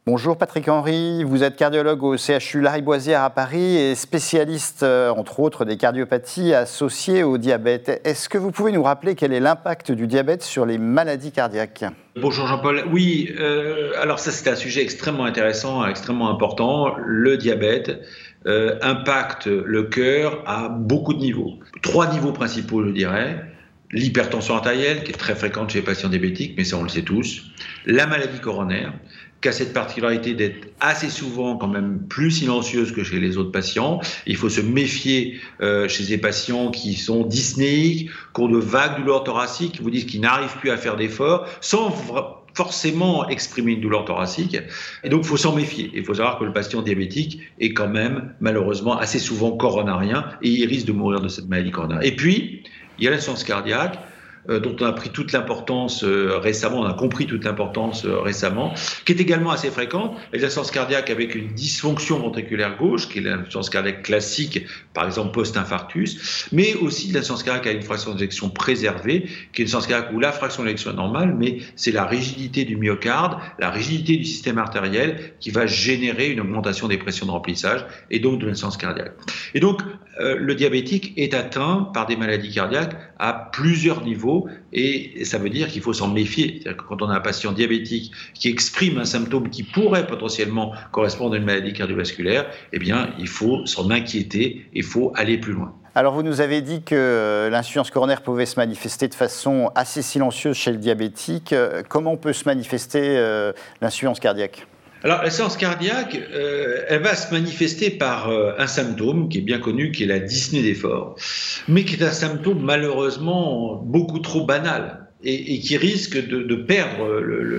Bonjour Patrick Henry, vous êtes cardiologue au CHU Lariboisière à Paris et spécialiste, entre autres, des cardiopathies associées au diabète. Est-ce que vous pouvez nous rappeler quel est l'impact du diabète sur les maladies cardiaques ? Bonjour Jean-Paul. Oui, alors ça c'est un sujet extrêmement intéressant, extrêmement important. Le diabète impacte le cœur à beaucoup de niveaux. 3 niveaux principaux, je dirais. L'hypertension artérielle, qui est très fréquente chez les patients diabétiques, mais ça on le sait tous. La maladie coronaire, qui a cette particularité d'être assez souvent quand même plus silencieuse que chez les autres patients. Il faut se méfier chez des patients qui sont dyspnéiques, qui ont de vagues douleurs thoraciques, qui vous disent qu'ils n'arrivent plus à faire d'efforts, sans forcément exprimer une douleur thoracique. Et donc, il faut s'en méfier. Il faut savoir que le patient diabétique est quand même, malheureusement, assez souvent coronarien et il risque de mourir de cette maladie coronaire. Et puis, il y a l'insuffisance cardiaque, dont on a pris toute l'importance récemment, on a compris toute l'importance récemment, qui est également assez fréquente, l'insuffisance cardiaque avec une dysfonction ventriculaire gauche, qui est l'insuffisance cardiaque classique, par exemple post-infarctus, mais aussi l'insuffisance cardiaque à une fraction d'éjection préservée, qui est une insuffisance cardiaque où la fraction d'éjection est normale, mais c'est la rigidité du myocarde, la rigidité du système artériel qui va générer une augmentation des pressions de remplissage et donc de l'insuffisance cardiaque. Et donc, le diabétique est atteint par des maladies cardiaques à plusieurs niveaux et ça veut dire qu'il faut s'en méfier. C'est-à-dire que quand on a un patient diabétique qui exprime un symptôme qui pourrait potentiellement correspondre à une maladie cardiovasculaire, eh bien, il faut s'en inquiéter et il faut aller plus loin. Alors, vous nous avez dit que l'insuffisance coronaire pouvait se manifester de façon assez silencieuse chez le diabétique. Comment peut se manifester l'insuffisance cardiaque ? Alors, l'insuffisance cardiaque, elle va se manifester par un symptôme qui est bien connu, qui est la dyspnée d'effort, mais qui est un symptôme malheureusement beaucoup trop banal et qui risque de perdre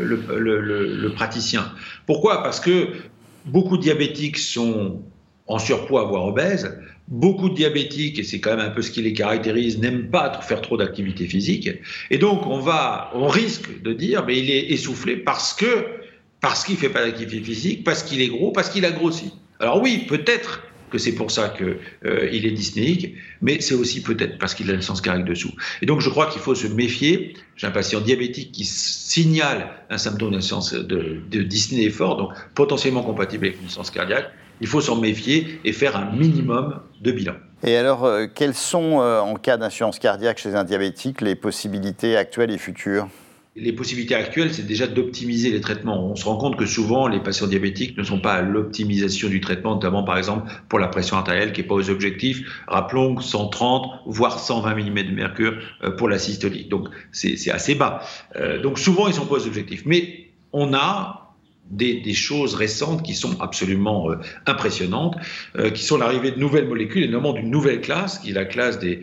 le praticien. Pourquoi ? Parce que beaucoup de diabétiques sont en surpoids, voire obèses. Beaucoup de diabétiques, et c'est quand même un peu ce qui les caractérise, n'aiment pas faire trop d'activité physique. Et donc, on risque de dire, mais il est essoufflé parce qu'il ne fait pas d'activité physique, parce qu'il est gros, parce qu'il a grossi. Alors oui, peut-être que c'est pour ça qu'il est dyspnéique, mais c'est aussi peut-être parce qu'il a une insuffisance cardiaque dessous. Et donc je crois qu'il faut se méfier. J'ai un patient diabétique qui signale un symptôme de dyspnée d'effort, donc potentiellement compatible avec une insuffisance cardiaque. Il faut s'en méfier et faire un minimum de bilan. Et alors, quelles sont, en cas d'insuffisance cardiaque chez un diabétique, les possibilités actuelles et futures ? Les possibilités actuelles, c'est déjà d'optimiser les traitements. On se rend compte que souvent, les patients diabétiques ne sont pas à l'optimisation du traitement, notamment par exemple pour la pression artérielle qui n'est pas aux objectifs. Rappelons 130 voire 120 mm de mercure pour la systolique. Donc c'est assez bas. Donc souvent, ils ne sont pas aux objectifs. Mais on a des choses récentes qui sont absolument impressionnantes, qui sont l'arrivée de nouvelles molécules, et notamment d'une nouvelle classe, qui est la classe des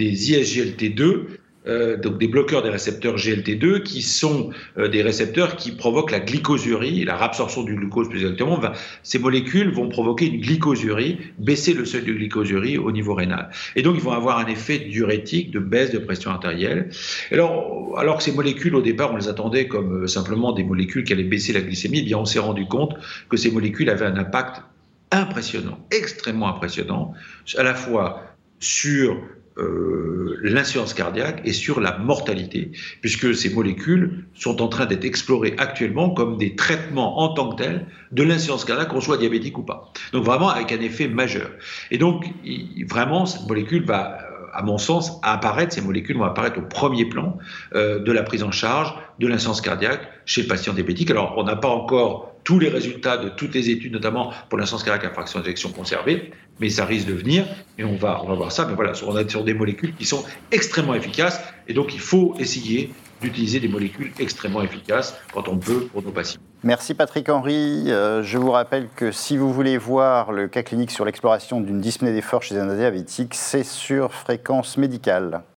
ISGLT2, donc des bloqueurs des récepteurs GLT2 qui sont des récepteurs qui provoquent la glycosurie, la réabsorption du glucose plus exactement. Ces molécules vont provoquer une glycosurie, baisser le seuil de glycosurie au niveau rénal. Et donc ils vont avoir un effet diurétique de baisse de pression artérielle. Alors que ces molécules, au départ, on les attendait comme simplement des molécules qui allaient baisser la glycémie, eh bien on s'est rendu compte que ces molécules avaient un impact impressionnant, extrêmement impressionnant, à la fois sur l'insuffisance cardiaque et sur la mortalité, puisque ces molécules sont en train d'être explorées actuellement comme des traitements en tant que tels de l'insuffisance cardiaque, qu'on soit diabétique ou pas. Donc vraiment avec un effet majeur. Et donc vraiment cette molécule va, à mon sens, ces molécules vont apparaître au premier plan de la prise en charge de l'insuffisance cardiaque chez le patient diabétique. Alors on n'a pas encore tous les résultats de toutes les études, notamment pour l'insuffisance cardiaque à fraction d'éjection conservée, mais ça risque de venir et on va voir ça. Mais voilà, on est sur des molécules qui sont extrêmement efficaces et donc il faut essayer d'utiliser des molécules extrêmement efficaces quand on peut pour nos patients. Merci Patrick Henry. Je vous rappelle que si vous voulez voir le cas clinique sur l'exploration d'une dyspnée d'effort chez un diabétique, c'est sur Fréquence Médicale.